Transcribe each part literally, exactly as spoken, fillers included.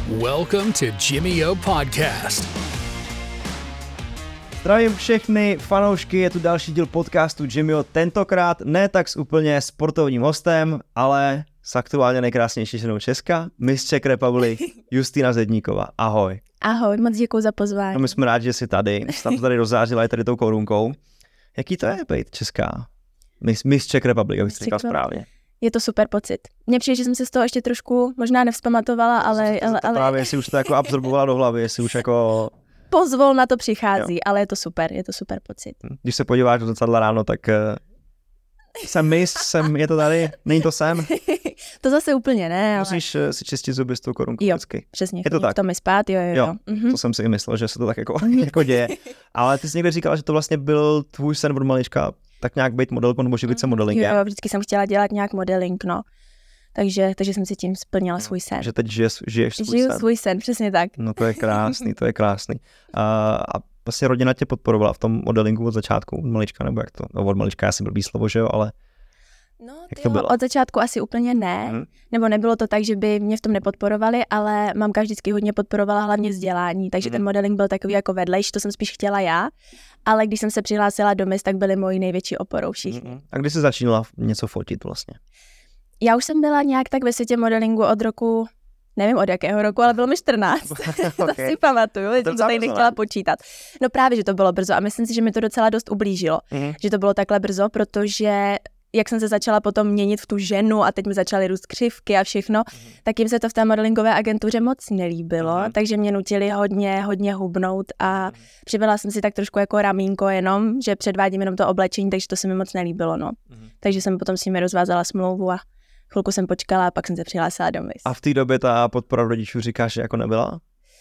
Welcome to Jimmy O Podcast. Zdravím všechny fanoušky, je tu další díl podcastu Jimmy O, tentokrát ne tak s úplně sportovním hostem, ale s aktuálně nejkrásnější ženou Česka, Miss Czech Republic, Justina Zedníková. Ahoj. Ahoj, moc děkuji za pozvání. No, my jsme rádi, že jsi tady, jsi tam tady rozzářila i tady tou korunkou. Jaký to je být česká? Miss, Miss Czech Republic, abych říkal správně. Je to super pocit. Mně přijde, že jsem se z toho ještě trošku možná nevzpamatovala, ale... ale, ale... Právě, jestli už to jako absorbovala do hlavy, jestli už jako... Pozvol na to přichází, jo. Ale je to super, je to super pocit. Když se podíváš do zrcadla ráno, tak uh, jsem Miss, jsem, je to tady, není to sem. To zase úplně ne, ale... Musíš uh, si čistit zuby s tou korunkou jo, vždycky. Přesně, je to tak. To mi spát, jo, jo, jo. jo mhm. To jsem si i myslel, že se to tak jako, jako děje. Ale ty jsi někde říkala, že to vlastně byl tvůj sen od malička, tak nějak být modelkou nebo živit se modelingem. Jo, vždycky jsem chtěla dělat nějak modeling, no. Takže, takže jsem si tím splnila svůj sen. Že teď žiješ, žiješ svůj Žiju sen. svůj sen, přesně tak. No to je krásný, to je krásný. A, a vlastně rodina tě podporovala v tom modelingu od začátku, od malička, nebo jak to, no od malička asi blbý slovo, že jo, ale no, jak to bylo? Od začátku asi úplně ne, hmm. nebo nebylo to tak, že by mě v tom nepodporovali, ale mamka vždycky hodně podporovala hlavně vzdělání, takže hmm. ten modeling byl takový jako vedlejší, to jsem spíš chtěla já, ale když jsem se přihlásila do Miss, tak byly mojí největší oporou všichni. Hmm. A kdy jsi začínala něco fotit vlastně? Já už jsem byla nějak tak ve světě modelingu od roku, nevím od jakého roku, ale bylo mi čtrnáct. Okay. To si pamatuju, jsem to tady nechtěla počítat. No právě, že to bylo brzo a myslím si, že mi to docela dost ublížilo, mm-hmm. že to bylo takhle brzo, protože jak jsem se začala potom měnit v tu ženu a teď mi začaly růst křivky a všechno, mm-hmm. tak jim se to v té modelingové agentuře moc nelíbilo, mm-hmm. takže mě nutili hodně, hodně hubnout a mm-hmm. přibyla jsem si tak trošku jako ramínko jenom, že předvádím jenom to oblečení, takže to se mi moc nelíbilo, no. Mm-hmm. Takže jsem potom s nimi rozvázala smlouvu a chvilku jsem počkala a pak jsem se přihlásila do Miss. A v té době ta podpora rodičů říkáš, že jako nebyla?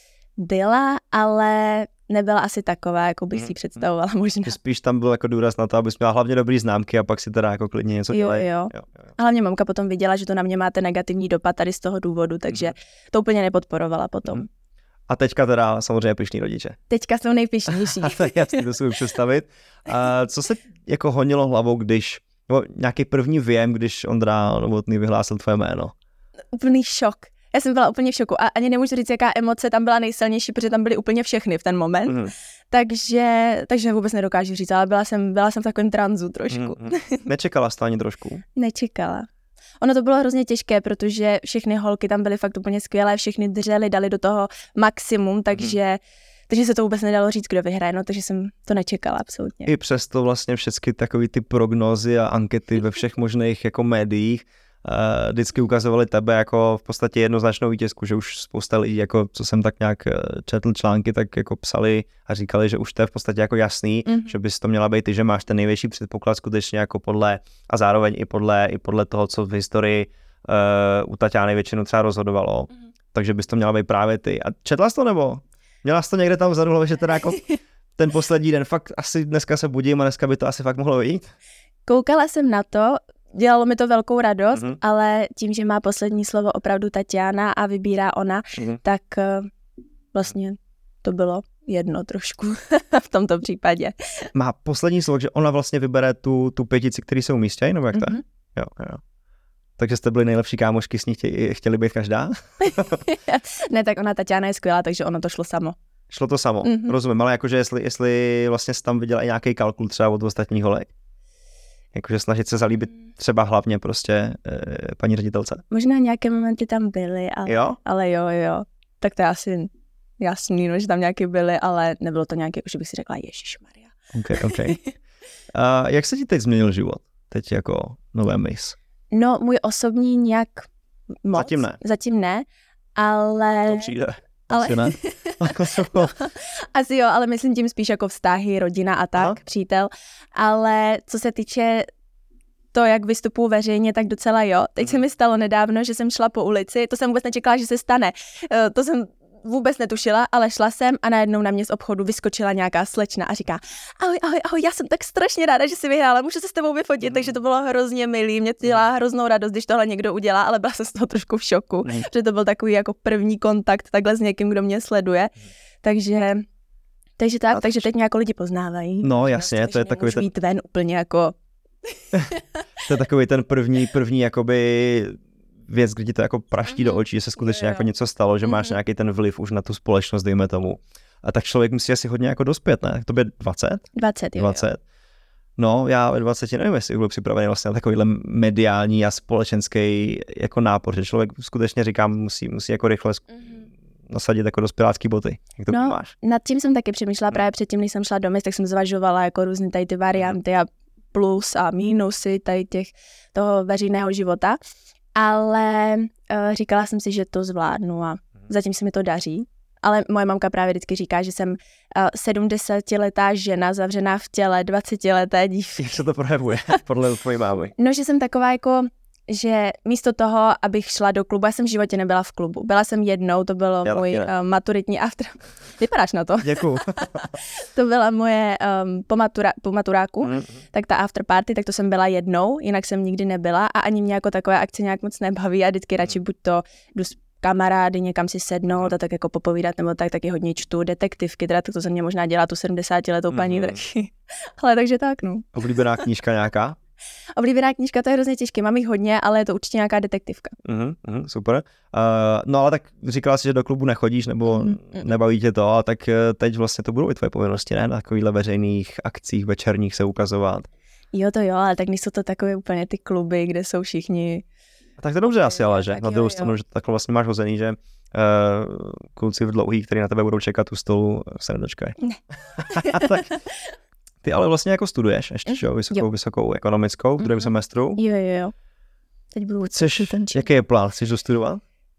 Byla, ale nebyla asi taková, jako bych si hmm. představovala možná. Spíš tam byl jako důraz na to, abys měla hlavně dobrý známky a pak si teda jako klidně něco dělej. Jo, jo. jo, jo. A hlavně mamka potom viděla, že to na mě máte negativní dopad tady z toho důvodu, takže hmm. to úplně nepodporovala potom. Hmm. A teďka teda samozřejmě pyšný rodiče. Teďka jsou nejpyšnější. Tak jasně, to si můžu představit. A co se jako honilo hlavou, když nebo nějaký první věm, když Ondra Novotný vyhlásil tvoje jméno? Úplný šok. Já jsem byla úplně v šoku a ani nemůžu říct, jaká emoce tam byla nejsilnější, protože tam byly úplně všechny v ten moment. Mm. Takže, takže vůbec nedokážu říct, ale byla jsem, byla jsem v takovém tranzu trošku. Mm. Nečekala jsi to ani trošku? Nečekala. Ono to bylo hrozně těžké, protože všechny holky tam byly fakt úplně skvělé, všechny držely, dali do toho maximum, takže... Mm. Takže se to vůbec nedalo říct, kdo vyhraje, no, takže jsem to nečekala absolutně. I přesto vlastně všechny takový ty prognózy a ankety ve všech možných jako médiích uh, vždycky ukazovaly tebe jako v podstatě jednoznačnou vítězku, že už spousta lidí, jako co jsem tak nějak četl články, tak jako psali a říkali, že už to je v podstatě jako jasný, mm-hmm. že bys to měla být ty, že máš ten největší předpoklad skutečně jako podle a zároveň i podle, i podle toho, co v historii uh, u Tatiany většinu třeba rozhodovalo, mm-hmm. takže bys to měla být právě ty. A četla jsi to nebo? Měla jsi to někde tam vzadu hlavě, že teda jako ten poslední den fakt asi dneska se budím a dneska by to asi fakt mohlo jít? Koukala jsem na to, dělalo mi to velkou radost, mm-hmm. ale tím, že má poslední slovo opravdu Tatiana a vybírá ona, mm-hmm. tak uh, vlastně to bylo jedno trošku v tomto případě. Má poslední slovo, že ona vlastně vybere tu, tu pětici, který se umístějí, nebo jak to mm-hmm. je? Jo, jo. Takže jste byli nejlepší kámošky, s ní chtěli, chtěli být každá? Ne, tak ona Tatiana je skvělá, takže ono to šlo samo. Šlo to samo, mm-hmm. rozumím, ale jakože jestli, jestli vlastně jsi tam viděla i nějaký kalkul třeba od ostatních holek? Jakože snažit se zalíbit třeba hlavně prostě e, paní ředitelce? Možná nějaké momenty tam byly, ale jo, ale jo, jo. Tak to je asi jasný, no, že tam nějaké byly, ale nebylo to nějaké, že bych si řekla ježišmarja. Ok, ok. A jak se ti teď změnil život? Teď jako nové Miss? No, můj osobní nějak moc. Zatím ne. Zatím ne, ale... To přijde. Ale... Asi ne. no, asi jo, ale myslím tím spíš jako vztahy, rodina a tak, aha. přítel. Ale co se týče to, jak vystupuji veřejně, tak docela jo. Teď mm. se mi stalo nedávno, že jsem šla po ulici, to jsem vůbec nečekala, že se stane. To jsem vůbec netušila, ale šla jsem a najednou na mě z obchodu vyskočila nějaká slečna a říká: ahoj, ahoj, ahoj, já jsem tak strašně ráda, že jsi vyhrála, můžu se s tebou vyfotit, takže to bylo hrozně milý, mě to dělá hroznou radost, když tohle někdo udělá, ale byla jsem z toho trošku v šoku, mm. že to byl takový jako první kontakt takhle s někým, kdo mě sleduje, mm. takže, takže tak, takže teď mě jako lidi poznávají. No jasně, to je takový ten... jít ven úplně jako... To je takový ten první, první jakoby věc, kdy ti to jako praští mm-hmm. do očí, že se skutečně jo, jo. jako něco stalo, že mm-hmm. máš nějaký ten vliv už na tu společnost, dejme tomu. A tak člověk musí asi hodně jako dospět, ne? To bude dvacet? dvacet, jo. dvacet. Jo. No, já ve dvaceti nevím, jestli byl připravený vlastně na takovýhle mediální a společenský jako nápor, že člověk skutečně říkám, musí, musí jako rychle mm-hmm. nasadit jako dospělácký boty. Jak to no, máš? Nad tím jsem taky přemýšlela právě předtím, než jsem šla do měst, tak jsem zvažovala jako různý tady ty varianty a plus a mínusy tady těch toho veřejného života, ale uh, říkala jsem si, že to zvládnu a zatím se mi to daří. Ale moje mamka právě vždycky říká, že jsem uh, sedmdesátiletá žena zavřená v těle dvacetileté dívky. Jak se to projevuje podle tvojí mámy? No, že jsem taková jako, že místo toho, abych šla do klubu, já jsem v životě nebyla v klubu. Byla jsem jednou, to bylo já můj uh, maturitní after. Vypadáš na to? Děkuju. To byla moje um, po, matura, po maturáku, mm-hmm. tak ta after party, tak to jsem byla jednou, jinak jsem nikdy nebyla a ani mě jako takové akce nějak moc nebaví a vždycky radši buď to jdu kamarády někam si sednout a tak jako popovídat, nebo tak taky hodně čtu detektivky, teda to, to se mě možná dělá tu sedmdesátiletou paní mm-hmm. taky. Ale takže tak, no. Oblíbená knížka nějaká? Oblíbená knížka, to je hrozně těžké, mám jich hodně, ale je to určitě nějaká detektivka. Mm-hmm, mm, super. Uh, no ale tak říkala jsi, že do klubu nechodíš, nebo mm-hmm. nebaví tě to, a tak teď vlastně to budou i tvoje povinnosti, ne? Na takovýchhle veřejných akcích večerních se ukazovat. Jo, to jo, ale tak nejsou to takové úplně ty kluby, kde jsou všichni. Tak to dobře asi, ale že? Na druhou stranu, že takhle vlastně máš hozený, že uh, kluci v dlouhý, kteří na tebe budou čekat u stolu, se nedočkají. Ne. Tak, ty ale vlastně jako studuješ ještě, mm. jo, vysokou, jo. vysokou ekonomickou v druhém mm. semestru. Jo, jo, jo. Teď budu Chceš, jaký je plán? Chceš dostudovat?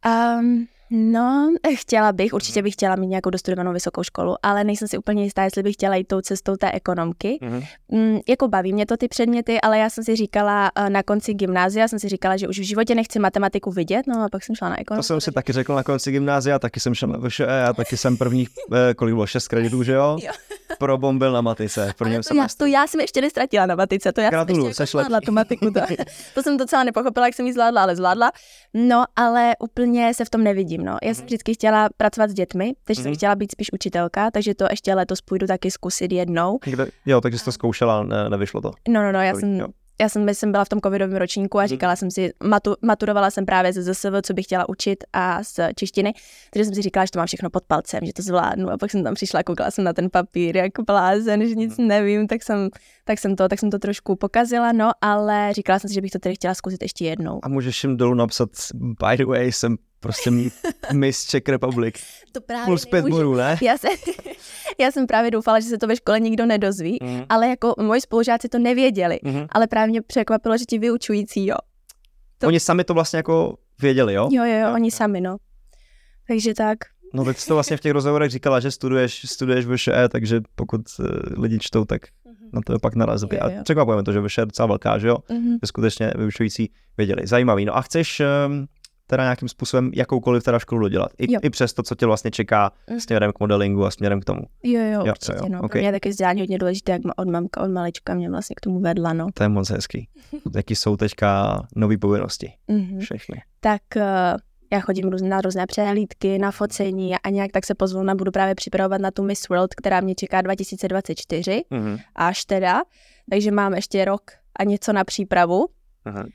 Um, no, chtěla bych, určitě bych chtěla mít nějakou dostudovanou vysokou školu, ale nejsem si úplně jistá, jestli bych chtěla jít tou cestou té ekonomky. Mm-hmm. Mm, jako baví mě to ty předměty, ale já jsem si říkala na konci gymnázia, jsem si říkala, že už v životě nechci matematiku vidět, no a pak jsem šla na ekonomiku. To jsem si taky řekl na konci gymnázia, taky jsem šel na V Š E a taky jsem prvních, kolik bylo, šest kreditů, že jo? jo. Probombil na matice. V prvním to, já, to já jsem ještě nestratila na matice, to já Gratuluju, jsem ještě jako zvládla tu matiku. To, to jsem docela nepochopila, jak jsem ji zvládla, ale zvládla. No, ale úplně se v tom nevidím, no. Já jsem mm-hmm. vždycky chtěla pracovat s dětmi, takže mm-hmm. jsem chtěla být spíš učitelka, takže to ještě letos půjdu taky zkusit jednou. Kde, jo, takže jsi to zkoušela, ne, nevyšlo to. No, no, no, já jsem... Jo. Já jsem, jsem byla v tom covidovém ročníku a říkala mm. jsem si, matu, maturovala jsem právě ze Z S V, co bych chtěla učit a z češtiny, takže jsem si říkala, že to mám všechno pod palcem, že to zvládnu a pak jsem tam přišla, koukala jsem na ten papír jako blázen, že nic mm. nevím, tak jsem, tak jsem to, tak jsem to trošku pokazila, no, ale říkala jsem si, že bych to tedy chtěla zkusit ještě jednou. A můžeš jim dolů napsat, by the way, jsem prostě Miss Czech Republic. To právě plus pět bodů, ne? Já, se, já jsem právě doufala, že se to ve škole nikdo nedozví, mm. ale jako moji spolužáci to nevěděli, mm. ale právě mě překvapilo, že ti vyučující, jo. To... Oni sami to vlastně jako věděli, jo? Jo, jo, jo, oni sami, no. Takže tak. No tak jsi to vlastně v těch rozhovorech říkala, že studuješ, studuješ V Š E, takže pokud uh, lidi čtou, tak mm-hmm. na to pak narazili. A překvapujeme to, že V Š E je docela velká, že jo? Mm-hmm. Že skutečně vyučující věděli. Zajímavý. No a chceš... Um, teda nějakým způsobem jakoukoliv teda školu dodělat. I, i přes to, co tě vlastně čeká mm. směrem k modelingu a směrem k tomu. Jo, jo, jo určitě, jo. no. Okay. Pro mě je taky vzdělání hodně důležité, jak od mamka, od malička mě vlastně k tomu vedla, no. To je moc hezký. Jaký jsou teďka nový povinnosti? Mm-hmm. Všechny. Tak uh, já chodím na různé přehlídky, na focení a nějak tak se pozvolna budu právě připravovat na tu Miss World, která mě čeká dva tisíce dvacet čtyři, mm-hmm. až teda. Takže mám ještě rok a něco na přípravu. Mm-hmm.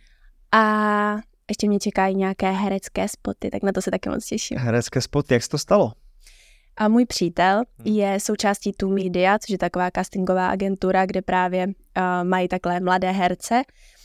A ještě mě čekají nějaké herecké spoty, tak na to se taky moc těším. Herecké spoty, jak se to stalo? A můj přítel je součástí Tu Media, což je taková castingová agentura, kde právě uh, mají takhle mladé herce.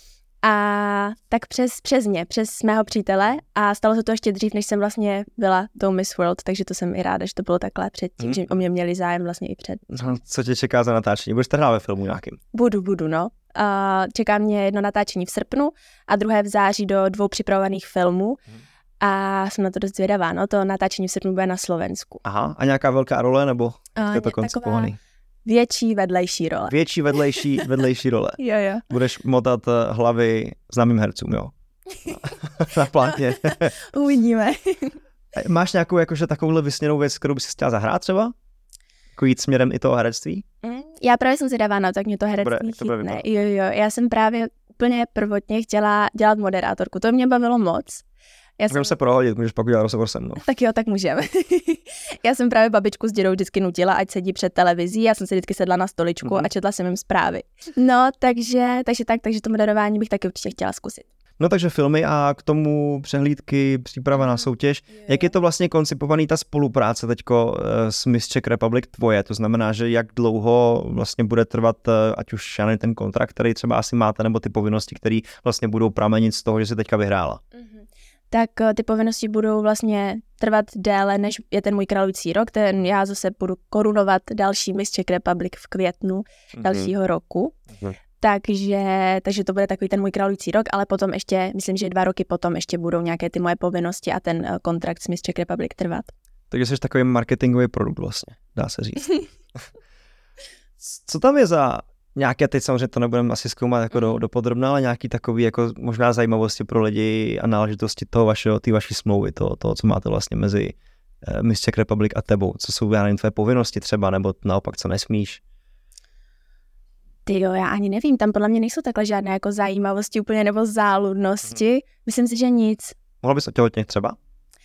A tak přes, přes ně, přes mého přítele a stalo se to ještě dřív, než jsem vlastně byla tou Miss World, takže to jsem i ráda, že to bylo takhle předtím, hmm. že o mě měli zájem vlastně i před. No, co tě čeká za natáčení? Budeš hrát ve filmu nějakým? Budu, budu, no. Uh, čeká mě jedno natáčení v srpnu a druhé v září do dvou připravovaných filmů. Hmm. A jsem na to dost zvědavá, no, to natáčení v srpnu bude na Slovensku. Aha, a nějaká velká role, nebo uh, je to koncipovaný? Větší vedlejší role. Větší vedlejší, vedlejší role. Jo, jo. Budeš motat hlavy známým hercům, jo? Na plátně. Uvidíme. Máš nějakou jakože takovouhle vysněnou věc, kterou bys chtěla zahrát třeba? Jako jít směrem i toho herectví? Mm, já právě jsem zvědavá na to, jak mě to herectví Dobre, chytne. Jo, jo, já jsem právě úplně prvotně chtěla dělat moderátorku. To mě bavilo moc. Já Můžeme jsem... se prohodit, můžeš pak udělat rozhovor se mnou. Tak jo, tak můžeme. Já jsem právě babičku s dědou vždycky nutila, ať sedí před televizí, já jsem si vždycky sedla na stoličku mm-hmm. a četla jsem jim zprávy. No, takže, takže tak, takže to moderování bych taky určitě chtěla zkusit. No takže filmy a k tomu přehlídky, příprava na soutěž. Yeah. Jak je to vlastně koncipovaný ta spolupráce teďko s Miss Czech Republic tvoje? To znamená, že jak dlouho vlastně bude trvat, ať už já nevím, ten kontrakt, který třeba asi máte, nebo ty povinnosti, které vlastně budou pramenit z toho, že jsi teďka vyhrála? Mm-hmm. Tak ty povinnosti budou vlastně trvat déle, než je ten můj králující rok. Ten já zase budu korunovat další Miss Czech Republic v květnu mm-hmm. dalšího roku. Mm-hmm. Takže, takže to bude takový ten můj králující rok, ale potom ještě, myslím, že dva roky potom ještě budou nějaké ty moje povinnosti a ten kontrakt s Miss Czech Republic trvat. Takže jsi takový marketingový produkt vlastně, dá se říct. Co tam je za nějaké, teď samozřejmě to nebudeme asi zkoumat jako do, do podrobna, ale nějaký takový jako možná zajímavosti pro lidi a náležitosti toho vašeho, té vaší smlouvy, toho, toho, co máte vlastně mezi uh, Miss Czech Republic a tebou. Co jsou, já nevím, tvé povinnosti třeba, nebo naopak, co nesmíš? Ty jo, já ani nevím, tam podle mě nejsou takhle žádné jako zajímavosti úplně nebo záludnosti. Hmm. Myslím si, že nic. Mohla bys otěhotnět třeba?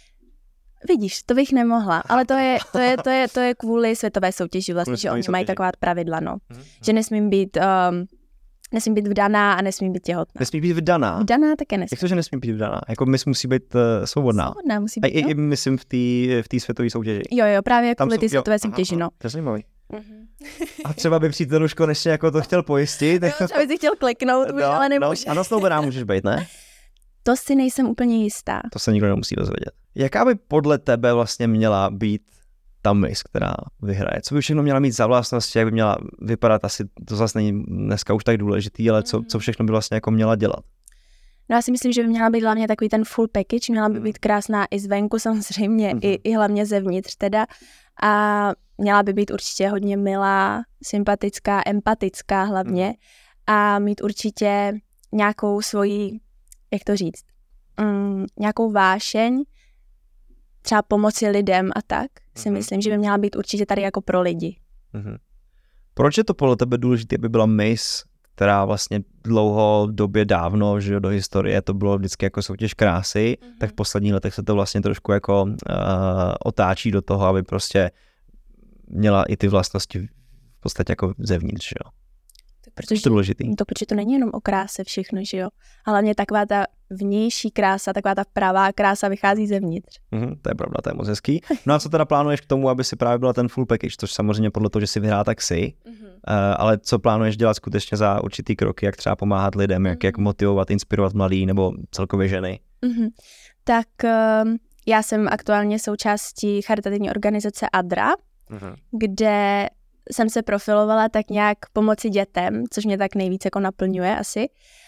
Vidíš, to bych nemohla, ale to je, to je, to je, to je kvůli světové soutěži vlastně, že oni mají taková pravidla, no. Hmm. Že nesmím být, um, nesmím být vdaná a nesmím být těhotná. Nesmí být vdaná? Vdaná také nesmím. Jak to, že nesmí být vdaná? Jako mis musí být uh, svobodná. Svobodná musí být, A i, no? i myslím v té v té světové soutěži. Jo, jo, právě kvůli té světové soutěži, no. To je zajímavý. Mm-hmm. A třeba by přítel už konečně jako to chtěl pojistit. Jo, třeba by si chtěl kliknout, no, už, ale nemůže. No, a na svobodná můžeš být, ne? To si nejsem úplně jistá. To se nikdo nemusí dozvědět. Jaká by podle tebe vlastně měla být ta Miss, která vyhraje? Co by všechno měla mít za vlastnosti, jak by měla vypadat? Asi to zase není dneska už tak důležitý, ale co, co všechno by vlastně jako měla dělat? No já si myslím, že by měla být hlavně takový ten full package, měla by být krásná i zvenku samozřejmě, mm-hmm. i, i hlavně zevnitř teda. A měla by být určitě hodně milá, sympatická, empatická hlavně mm. a mít určitě nějakou svoji, jak to říct, um, nějakou vášeň, třeba pomoci lidem a tak, si mm. myslím, že by měla být určitě tady jako pro lidi. Mm. Proč je to podle tebe důležité, aby byla Miss, která vlastně dlouho době dávno, že do historie to bylo vždycky jako soutěž krásy, mm. tak v posledních letech se to vlastně trošku jako uh, otáčí do toho, aby prostě měla i ty vlastnosti v podstatě jako zevnitř, že jo. Protože to je důležitý. To, protože to není jenom o kráse všechno, že jo. Ale hlavně taková ta vnější krása, taková ta pravá krása vychází zevnitř. Mm, to je pravda, to je moc hezký. No a co teda plánuješ k tomu, aby si právě byla ten full package, což samozřejmě podle toho, že si vyhrá, tak si, mm-hmm. uh, ale co plánuješ dělat skutečně za určitý kroky, jak třeba pomáhat lidem, jak, mm-hmm. jak motivovat, inspirovat mladý nebo celkově ženy? Mm-hmm. Tak uh, já jsem aktuálně součástí charitativní organizace Adra, mm-hmm. kde jsem se profilovala tak nějak pomoci dětem, což mě tak nejvíc jako naplňuje asi.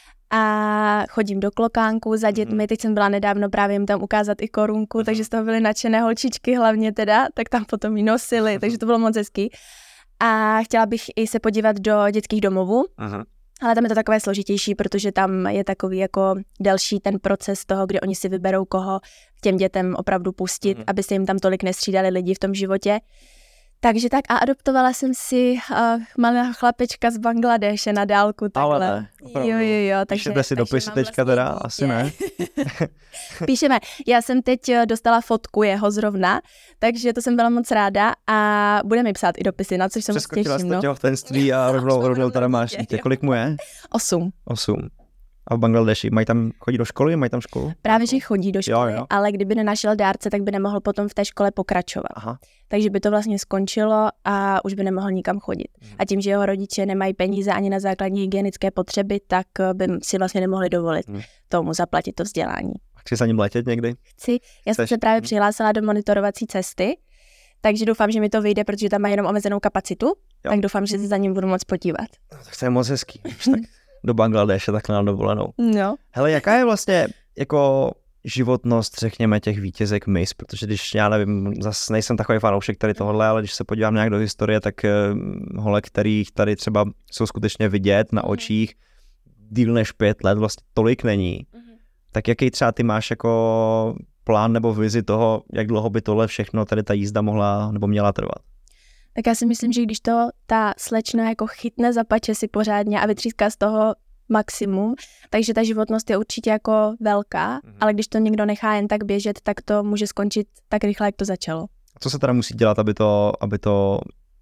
A chodím do klokánku za dětmi, teď jsem byla nedávno právě jim tam ukázat i korunku, takže z toho byly nadšené holčičky hlavně teda, tak tam potom ji nosily, takže to bylo moc hezký. A chtěla bych i se podívat do dětských domovů, aha. ale tam je to takové složitější, protože tam je takový jako delší ten proces toho, kde oni si vyberou, koho k těm dětem opravdu pustit, aha. aby se jim tam tolik nestřídali lidi v tom životě. Takže tak a adoptovala jsem si uh, malého chlapečka z Bangladéše na dálku takhle. Ale ne, opravdu. Jo, jo, jo. Takže, Píšete si dopisy teďka teda? Dítě. Asi ne. Píšeme. Já jsem teď dostala fotku jeho zrovna, takže to jsem byla moc ráda a bude mi psát i dopisy, na což se moc těším. Přeskočila jste těhotenství a rovnou, rovnou tady máš dítě. Kolik mu je? Osm. Osm. A v Bangladeši mají tam, chodí do školy, mají tam školu? Právě, že chodí do školy, jo, jo. ale kdyby nenašel dárce, tak by nemohl potom v té škole pokračovat. Aha. Takže by to vlastně skončilo a už by nemohl nikam chodit. Hmm. A tím, že jeho rodiče nemají peníze ani na základní hygienické potřeby, tak by si vlastně nemohli dovolit hmm. tomu zaplatit to vzdělání. Chci za ním letět někdy? Chci. Já jsem se právě hmm. přihlásila do monitorovací cesty, takže doufám, že mi to vyjde, protože tam má jenom omezenou kapacitu, jo. tak doufám, že se za ním budu moc podívat. No, tak to je moc hezký. tak do Bangladeše takhle na dovolenou. No. Hele, jaká je vlastně jako životnost, řekněme, těch vítězek Miss, protože když, já nevím, zase nejsem takový fanoušek tady tohohle, ale když se podívám nějak do historie, tak uh, hole, kterých tady třeba jsou skutečně vidět na očích, díl než pět let, vlastně tolik není. Mm-hmm. Tak jaký třeba ty máš jako plán nebo vizi toho, jak dlouho by tohle všechno, tady ta jízda mohla nebo měla trvat? Tak já si myslím, že když to ta slečna jako chytne za pače si pořádně a vytříská z toho maximum, takže ta životnost je určitě jako velká, mm-hmm. ale když to někdo nechá jen tak běžet, tak to může skončit tak rychle, jak to začalo. Co se teda musí dělat, aby to, aby to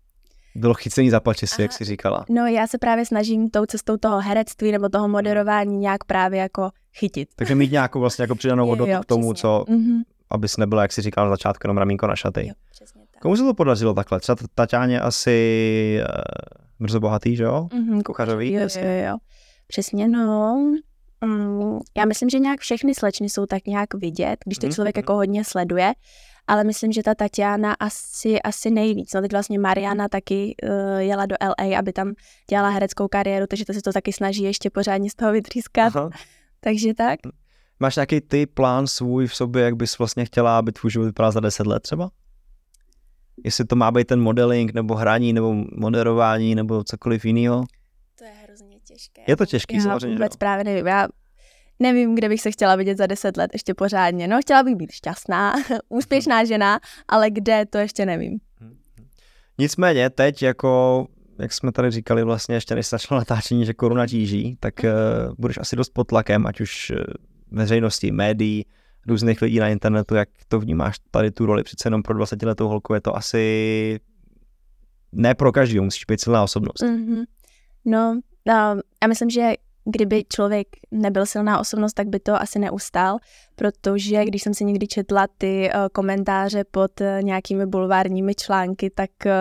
bylo chycení za pačesy, jak jsi říkala. No já se právě snažím tou cestou toho herectví nebo toho moderování nějak právě jako chytit. Takže mít nějakou vlastně jako přidanou hodnotu k tomu, přesně. co, mm-hmm. abys nebyla, jak jsi říkala na začátku, jenom ramínko na šaty. Jo, přesně tak. Komu se to podařilo takhle? Třeba Taťáně asi uh, Mrzo bohatý, že jo? Mm-hmm, Kuchařový? Jo, jo, jo. Přesně, no. Mm, já myslím, že nějak všechny slečny jsou tak nějak vidět, když to člověk jako hodně sleduje, ale myslím, že ta Tatiana asi, asi nejvíc. No teď vlastně Mariana taky uh, jela do L A, aby tam dělala hereckou kariéru, takže to se to taky snaží ještě pořádně z toho vytřískat. Aha. Takže tak. Máš nějaký ty plán svůj v sobě, jak bys vlastně chtěla, aby tvůj život vypadal za deset let třeba? Jestli to má být ten modeling, nebo hraní, nebo moderování, nebo cokoliv jiného? To je hrozně těžké. Je to těžký, já samozřejmě. Já vůbec právě nevím. Já nevím, kde bych se chtěla vidět za deset let ještě pořádně. No, chtěla bych být šťastná, úspěšná žena, ale kde, to ještě nevím. Nicméně teď, jako, jak jsme tady říkali vlastně, ještě než se začalo natáčení, že koruna tíží, tak uh, budeš asi dost pod tlakem, ať už veřejnosti, médií, různých lidí na internetu. Jak to vnímáš tady tu roli? Přece jenom pro dvacetiletou holku je to asi ne pro každého, musíš být silná osobnost. Mm-hmm. No, no, já myslím, že kdyby člověk nebyl silná osobnost, tak by to asi neustál, protože když jsem si někdy četla ty uh, komentáře pod uh, nějakými bulvárními články, tak uh,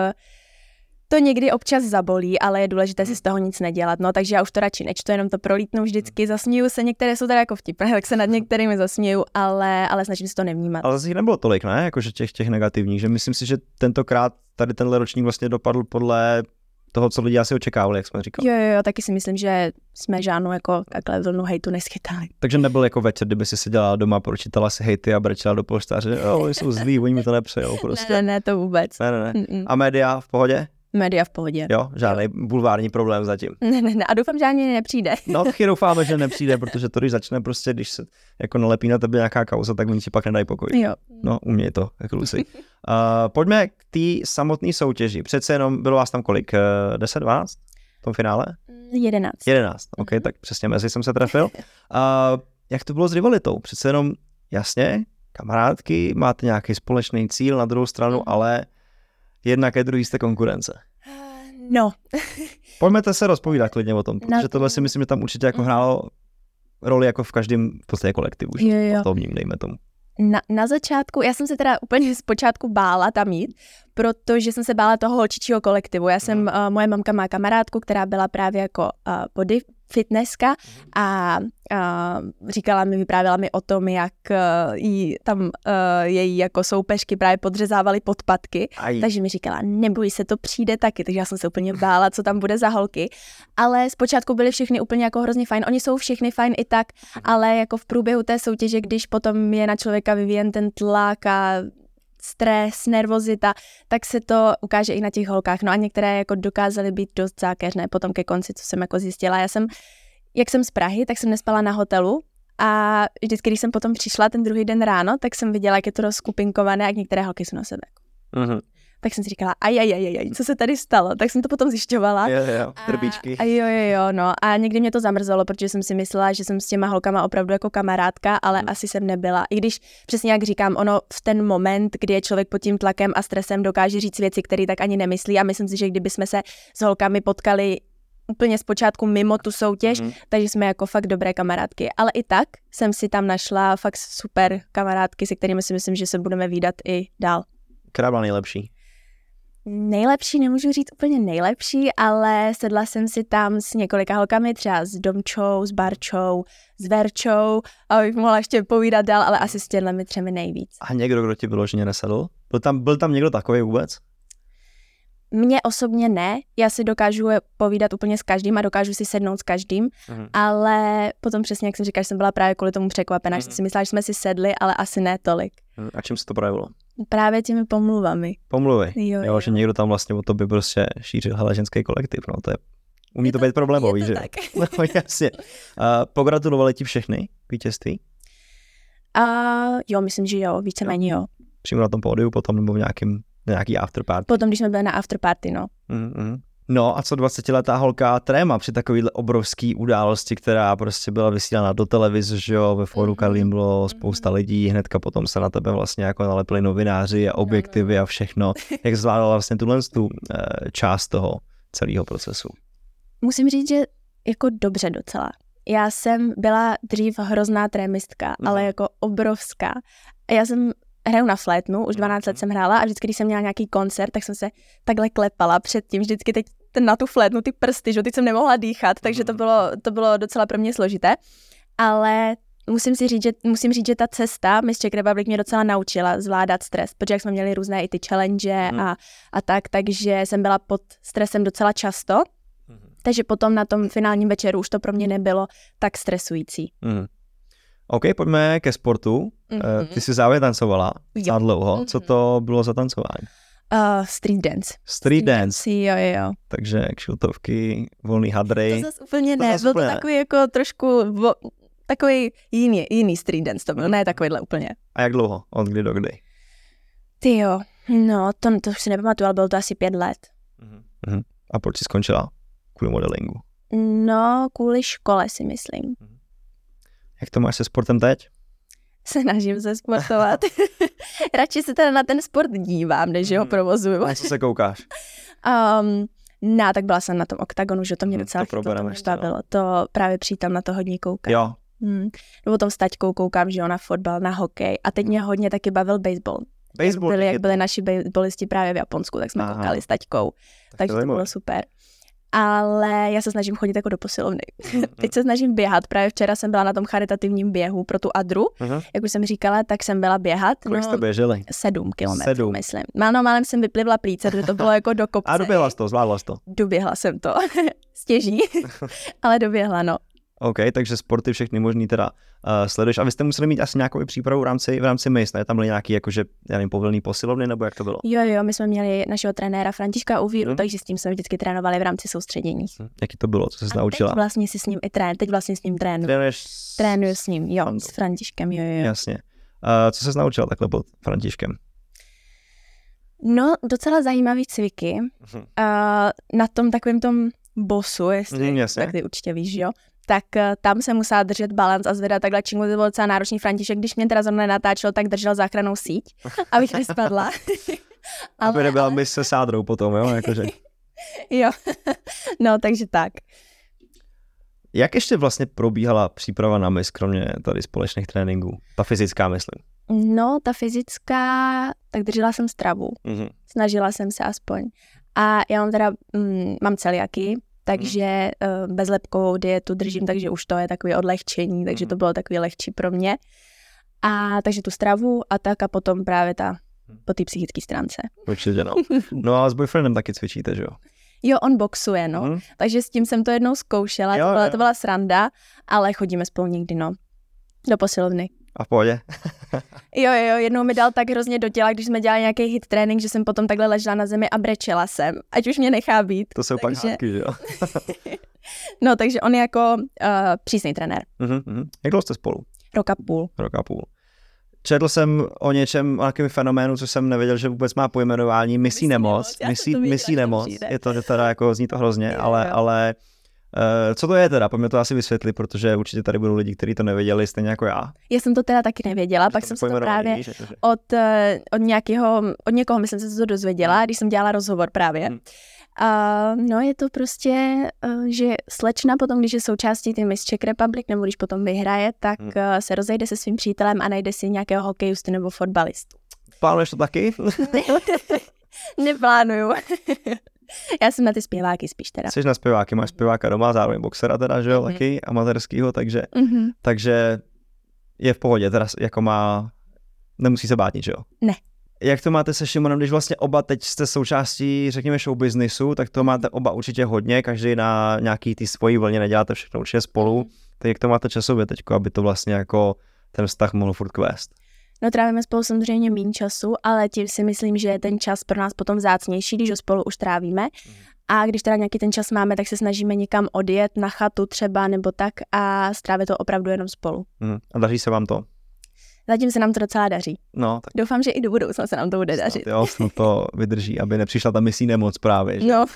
to někdy občas zabolí, ale je důležité si z toho nic nedělat, no, takže já už to radši nečtu, jenom to prolítnu vždycky, zasměju se, některé jsou teda jako vtipné, tak se nad některými zasměju, ale, ale snažím se to nevnímat. Ale zase jich nebylo tolik, ne, jakože těch, těch negativních, že myslím si, že tentokrát tady tenhle ročník vlastně dopadl podle toho, co lidi asi očekávali, jak jsme říkali. Jo, jo, jo, taky si myslím, že jsme žádnou jako takhle vlnu hejtu neschytali. Takže nebyl jako večer, kdyby si seděla doma, pročítala si hejty a brečela do polštáře, že jo, oni jsou zlí, oni mi to nepřejou prostě. Ne, ne, ne, to vůbec. Ne, ne, ne. A média v pohodě? Média v pohodě. Jo, žádný bulvární problém zatím. Ne, ne, ne, a doufám, že ani nepřijde. No, taky doufáme, že nepřijde, protože to, když začne prostě, když se jako nalepí na tebe nějaká kauza, tak oni ti pak nedají pokoj. Jo. No, uměj to, jak kluci. Uh, pojďme k té samotné soutěži. Přece jenom bylo vás tam kolik? deset, dvanáct v tom finále? jedenáct. jedenáct, ok, mm-hmm. Tak přesně mezi jsem se trefil. Uh, jak to bylo s rivalitou? Přece jenom, jasně, kamarádky, máte nějaký společný cíl, na druhou stranu, mm-hmm. ale jednak je druhý jste konkurence. No. Pojďme se rozpovídat klidně o tom, protože tohle si myslím, že tam určitě jako hrálo roli jako v každém v podstatě kolektivu, jo, jo. Postovním, dejme tomu. Na, na začátku, já jsem se teda úplně zpočátku bála tam jít, protože jsem se bála toho holčičího kolektivu. Já jsem, uh, moje mamka má kamarádku, která byla právě jako uh, body fitnesska a uh, říkala mi, vyprávěla mi o tom, jak uh, jí tam uh, její jako soupeřky právě podřezávaly podpatky, Aj. takže mi říkala, neboj se, to přijde taky, takže já jsem se úplně bála, co tam bude za holky, ale zpočátku byly všechny úplně jako hrozně fajn, oni jsou všechny fajn i tak, ale jako v průběhu té soutěže, když potom je na člověka vyvíjen ten tlak a stres, nervozita, tak se to ukáže i na těch holkách. No a některé jako dokázaly být dost zákeřné potom ke konci, co jsem jako zjistila. Já jsem, jak jsem z Prahy, tak jsem nespala na hotelu a vždycky, když jsem potom přišla ten druhý den ráno, tak jsem viděla, jak je to rozkupinkované, jak některé holky jsou na sebe. Uh-huh. Tak jsem si říkala, aj, aj, aj, aj, co se tady stalo? Tak jsem to potom zjišťovala. Jo, jo, drbíčky. A, a jo, jo, jo, no. A někdy mě to zamrzelo, protože jsem si myslela, že jsem s těma holkama opravdu jako kamarádka, ale hmm. asi jsem nebyla. I když přesně jak říkám, ono v ten moment, kdy je člověk pod tím tlakem a stresem, dokáže říct věci, které tak ani nemyslí. A myslím si, že kdyby jsme se s holkami potkali úplně zpočátku mimo tu soutěž, hmm. takže jsme jako fakt dobré kamarádky. Ale i tak jsem si tam našla fakt super kamarádky, se kterými si myslím, že se budeme vídat i dál. Která byla nejlepší? Nejlepší, nemůžu říct úplně nejlepší, ale sedla jsem si tam s několika holkami, třeba s Domčou, s Barčou, s Verčou, abych mohla ještě povídat dál, ale asi s těmi třemi nejvíc. A někdo, kdo ti vyloženě nesedl? Byl tam, byl tam někdo takový vůbec? Mně osobně ne, já si dokážu povídat úplně s každým a dokážu si sednout s každým, mhm. ale potom přesně, jak jsem říkala, že jsem byla právě kvůli tomu překvapená, mhm. že si myslela, že jsme si sedli, ale asi ne tolik. A čím se to projevilo? Právě těmi pomluvami. Pomluvy? Jo, jo. jo, že někdo tam vlastně o tobě prostě šířil, hele, ženský kolektiv, no to je, umí to, to být problémový, že? Tak. No jasně. Uh, pogratulovali ti všechny vítězství? Uh, jo, myslím, že jo, víceméně jo. Přímo na tom pódiu potom nebo v nějakým, nějaký afterparty? Potom, když jsme byli na afterparty, no. Mm-hmm. No a co dvacetiletá holka tréma při takovýhle obrovský události, která prostě byla vysílána do televize, že jo, ve fóru Karlín bylo spousta lidí, hnedka potom se na tebe vlastně jako nalepili novináři a objektivy a všechno. Jak zvládala vlastně tuhle tu část toho celého procesu? Musím říct, že jako dobře docela. Já jsem byla dřív hrozná trémistka, mm. ale jako obrovská. A já jsem hraju na flétnu, už dvanáct let jsem hrála a vždycky, když jsem měla nějaký koncert, tak jsem se takhle klepala předtím, vždycky teď na tu flétnu ty prsty, že teď jsem nemohla dýchat, takže to bylo, to bylo docela pro mě složité. Ale musím si říct, že, musím říct, že ta cesta Miss Czech Republic mě docela naučila zvládat stres, protože jak jsme měli různé i ty challenge mm. a, a tak, takže jsem byla pod stresem docela často. Takže potom na tom finálním večeru už to pro mě nebylo tak stresující. Mm. OK, pojďme ke sportu. Mm-hmm. Ty jsi závěr tancovala za dlouho. Mm-hmm. Co to bylo za tancování? Uh, street dance. Street, street dance. dance. Jo, jo, jo. Takže kšiltovky, volný hadry. To zase úplně ne. To byl to takový jako trošku vo, takový jiný, jiný street dance to byl, ne takovýhle úplně. A jak dlouho? Od kdy do kdy? Ty jo, no to, to už si nepamatuju, ale bylo to asi pět let. Mm-hmm. A proč jsi skončila? Kvůli modelingu? No, kvůli škole si myslím. Jak to máš se sportem teď? Snažím se sportovat. Radši se teda na ten sport dívám, než ho provozuju. Na co se koukáš? Um, no, tak byla jsem na tom oktagonu, že to mě docela to chytlo, to mě bavilo. To právě přítel na to hodně kouká. Jo. Hmm. No potom s taťkou koukám, že jo, na fotbal, na hokej. A teď mě hodně taky bavil baseball. Baseball? Jak byli, jak byli naši baseballisti právě v Japonsku, tak jsme Aha. koukali s taťkou. Tak takže to, to bylo super. Ale já se snažím chodit jako do posilovny. Mm-hmm. Teď se snažím běhat. Právě včera jsem byla na tom charitativním běhu pro tu Adru. Mm-hmm. Jak už jsem říkala, tak jsem byla běhat. Kolik no, jste běželi? Sedm kilometrů, sedm. myslím. Málo málem jsem vyplivla plíce, protože to bylo jako do kopce. A doběhla jsi to, zvládla jsi to? Doběhla jsem to. Stěží, ale doběhla, no. OK, takže sporty všechny možný teda uh, sleduješ. A vy jste museli mít asi nějakou přípravu v rámci, v rámci Miss, ne? Tam byly nějaký jakože, já nevím, povolný posilovny, nebo jak to bylo? Jo, jo, my jsme měli našeho trenéra Františka Uvíru, hmm. takže s tím jsme vždycky trénovali v rámci soustředění. Hmm. Jaký to bylo, co jsi naučila? Teď vlastně si s ním i trén, teď vlastně s ním trénuju. Trénuješ s... Trénuju s ním, jo, s Františkem, jo, jo. Jasně. Uh, co jsi naučila takhle pod Františkem? No, docela zajímavý cviky. Hmm. Uh, na tom takovém tom bosu, jestli, hmm, tak ty určitě víš, jo. Tak uh, tam se musela držet balans a zvedat takhle čingu, to bylo docela náročný. František, když mě teda zrovna natáčel, tak držel záchrannou síť, abych nespadla. Ale, aby nebyla ale... Miss se sádrou potom, jo? Jakože. Jo, no takže tak. Jak ještě vlastně probíhala příprava na Miss, kromě tady společných tréninků? Ta fyzická, myslím. No, ta fyzická, tak držela jsem stravu. Mm-hmm. Snažila jsem se aspoň. A já mám teda, mm, mám celiaky, takže uh, bezlepkovou dietu držím, takže už to je takové odlehčení, takže to bylo takový lehčí pro mě. A takže tu stravu a tak a potom právě ta po té psychické stránce. Určitě no. No a s boyfriendem taky cvičíte, že jo? Jo, on boxuje, no. Hmm. Takže s tím jsem to jednou zkoušela, jo, to, byla, to byla sranda, ale chodíme spolu někdy, no. Do posilovny. A v pohodě. Jo, jo, jednou mi dal tak hrozně do těla, když jsme dělali nějaký hit trénink, že jsem potom takhle ležela na zemi a brečela jsem, ať už mě nechá být. To jsou takže... pak hádky, že jo? No, takže on je jako uh, přísný trenér. Uh-huh, uh-huh. Jak dlouho jste spolu? Rok a půl. Rok a půl. Četl jsem o něčem, o nějakém fenoménu, co jsem nevěděl, že vůbec má pojmenování misí nemoc. Misí, misí nemoc. Je to teda jako, zní to hrozně, je, ale, ale uh, co to je teda? Pojďme to asi vysvětlit, protože určitě tady budou lidi, kteří to nevěděli, stejně jako já. Já jsem to teda taky nevěděla, pak jsem se to právě víš, od, od, nějakého, od někoho, myslím, se to dozvěděla, když jsem dělala rozhovor právě. Hmm. A no je to prostě, že slečna potom, když je součástí ty Miss Czech Republic, nebo když potom vyhraje, tak hmm. se rozejde se svým přítelem a najde si nějakého hokejistu nebo fotbalistu. Plánuješ to taky? Neplánuju. Já jsem na ty zpěváky spíš teda. Jsi na zpěváky, máš zpěváka doma, zároveň boxera teda, že jo, mm-hmm. taky amatérskýho, takže, mm-hmm. takže je v pohodě, teda jako má, nemusí se bát nic, že jo? Ne. Jak to máte se Šimonem, když vlastně oba teď jste součástí, řekněme, show businessu, tak to máte oba určitě hodně, každý na nějaký ty svojí vlně, neděláte všechno určitě spolu, tak jak to máte časově teďko, aby to vlastně jako ten vztah mohl furt kvést? No trávíme spolu samozřejmě méně času, ale tím si myslím, že je ten čas pro nás potom vzácnější, když ho spolu už trávíme. A když teda nějaký ten čas máme, tak se snažíme někam odjet na chatu třeba nebo tak a strávit to opravdu jenom spolu. Mm. A daří se vám to? Zatím se nám to docela daří. No, tak Doufám, že i do budoucna se nám to bude dařit. jo, snad to vydrží, aby nepřišla ta misí nemoc právě. Že? No,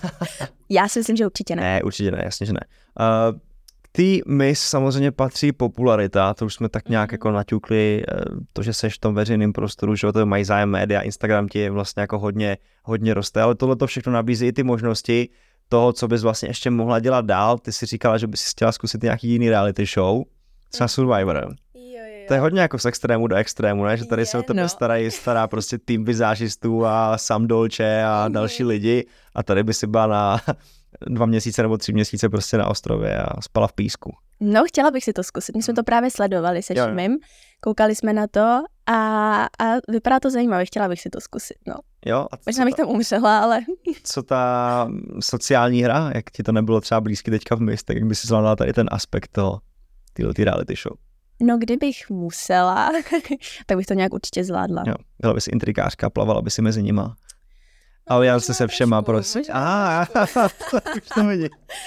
já si myslím, že určitě ne. Ne, určitě ne, jasně, že ne. Uh, k té mis samozřejmě patří popularita, to už jsme tak nějak mm. jako naťukli, to, že seš v tom veřejném prostoru, že to mají zájem média, Instagram ti vlastně jako hodně, hodně roste, ale tohle to všechno nabízí i ty možnosti toho, co bys vlastně ještě mohla dělat dál. Ty si říkala, že bys chtěla zkusit nějaký jiný reality show, třeba Survivor. To je hodně jako z extrému do extrému, ne? Že tady je, se o tebe no. starají stará prostě tým vizážistů a Sam Dolce a mm. další lidi a tady by si byla na dva měsíce nebo tři měsíce prostě na ostrově a spala v písku. No, chtěla bych si to zkusit. My jsme to právě sledovali se Šimim, koukali jsme na to a, a vypadá to zajímavě, chtěla bych si to zkusit, no. Jo? Možná bych tam umřela, ale... Co ta sociální hra, jak ti to nebylo třeba blízky teďka v Miss, tak jak by si zvládala tady ten aspekt toho, tyhle ty reality show? No, kdybych musela, tak bych to nějak určitě zvládla. Jo, byla bys intrikářka, plavala by si mezi nima. Aliance se všema, prosím. Ah, už to vidí.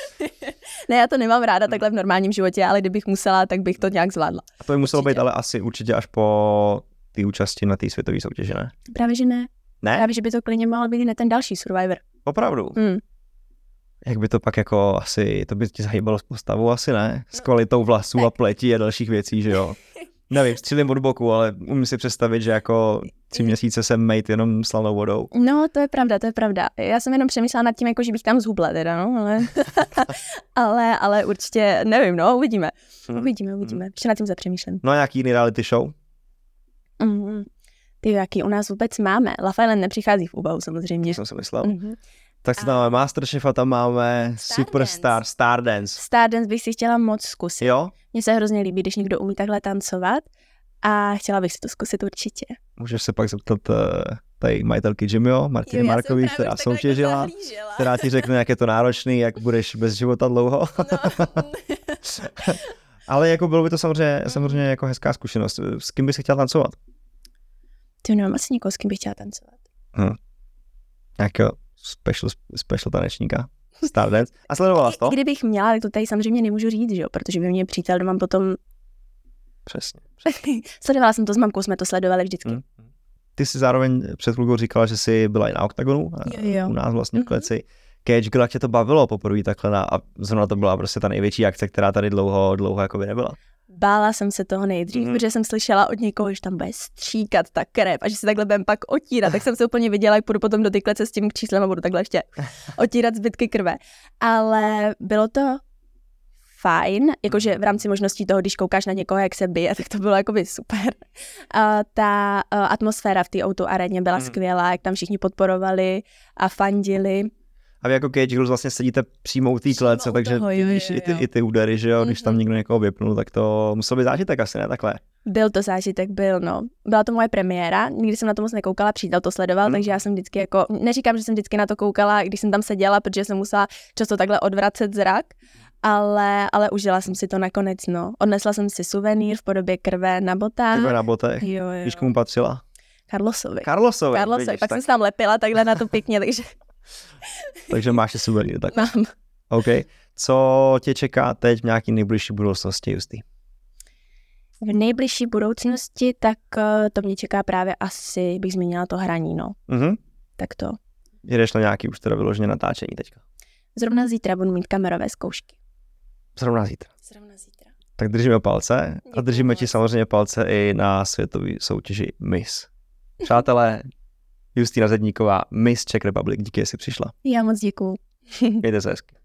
Ne, já to nemám ráda takhle v normálním životě, ale kdybych musela, tak bych to nějak zvládla. A to by muselo určitě být ale asi určitě až po té účasti na té světové soutěži, ne? Právě, že ne. Ne? Právě, že by to klidně mohl být ne ten další Survivor. Opravdu? Hmm. Jak by to pak jako asi, to by ti zahýbalo z postavu, asi ne? S kvalitou vlasů no, a pletí a dalších věcí, že jo? Nevím, střílím od boku, ale umím si představit, že jako tři měsíce jsem mejt jenom slanou vodou. No, to je pravda, to je pravda. Já jsem jenom přemýšlela nad tím, jako, že bych tam zhubla teda, no, ale, ale, ale určitě, nevím, no, uvidíme. Uvidíme, uvidíme. Ještě nad tím zapřemýšlím. No a jaký jiný reality show? Mm, ty, jaký u nás vůbec máme? Love Island nepřichází v úvahu, samozřejmě. Jsem si myslel. Mm-hmm. Tak si tam máme Masterchef a tam máme Superstar, Stardance. Stardance bych si chtěla moc zkusit. Jo? Mně se hrozně líbí, když někdo umí takhle tancovat a chtěla bych si to zkusit určitě. Můžeš se pak zeptat uh, tady majitelky Jimmyho, Martiny Markový, která soutěžila, která ti řekne, jak je to náročný, jak budeš bez života dlouho. No. Ale jako bylo by to samozřejmě, samozřejmě jako hezká zkušenost. S kým bys chtěla tancovat? Ty nemám asi nikoho, s kým bych chtěla tancovat. Hm. Nějakého special, special tanečníka? Stardance. A sledovala jsi to? Kdybych měla, tak to tady samozřejmě nemůžu říct, že jo, protože by mě přítel doma potom... Přesně. přesně. Sledovala jsem to s mamkou, jsme to sledovali vždycky. Hmm. Ty jsi zároveň před chvilkou říkala, že jsi byla i na Oktagonu, jo, jo. u nás vlastně v kleci. Cage Girl, jak tě to bavilo poprvé takhle na, a zrovna to byla prostě ta největší akce, která tady dlouho, dlouho jakoby nebyla. Bála jsem se toho nejdřív, mm. protože jsem slyšela od někoho, že tam bude stříkat ta krev a že si takhle budem pak otírat, tak jsem se úplně viděla, jak půjdu potom do ty klece s tím číslem a budu takhle ještě otírat zbytky krve. Ale bylo to fajn, jakože v rámci možností toho, když koukáš na někoho, jak se bije, tak to bylo jakoby super. A ta uh, atmosféra v té ó dva aréně byla mm. skvělá, jak tam všichni podporovali a fandili. A vy jako Cage Girls vlastně sedíte přímo u té klece, takže toho, jo, vidíš jo, jo. I, ty, i ty údery, že jo, mm-hmm. když tam někdo někoho vypnul, tak to musel být zážitek asi, ne takhle? Byl to zážitek, byl, no. Byla to moje premiéra, nikdy jsem na to moc nekoukala, přítel to sledoval, mm. takže já jsem vždycky jako, neříkám, že jsem vždycky na to koukala, když jsem tam seděla, protože jsem musela často takhle odvracet zrak, ale, ale užila jsem si to nakonec, no. Odnesla jsem si suvenýr v podobě krve na botách. Krve na botech? Jo, jo. Víš, komu patřila? Karlosovi. Karlosovi, Karlosovi. vidíš, Pak tak... jsem se tam lepila takhle na to pěkně, takže... takže máš je suvenýr, tak. Mám. OK. Co tě čeká teď v nějaký nejbližší budoucnosti, Justý? V nejbližší budoucnosti, tak to mě čeká právě asi, bych zmínila to hraní, no. Mm-hmm. Tak to. Jdeš na nějaký už teda vyloženě natáčení teďka? Zrovna zítra budu mít kamerové zkoušky. Zrovna zítra. Zrovna zítra. Tak držíme palce. Děkuji. A držíme ti samozřejmě palce i na světové soutěži Miss. Přátelé, Justýna Zedníková, Miss Czech Republic, díky, že jsi přišla. Já moc děkuju. Mějte se hezky.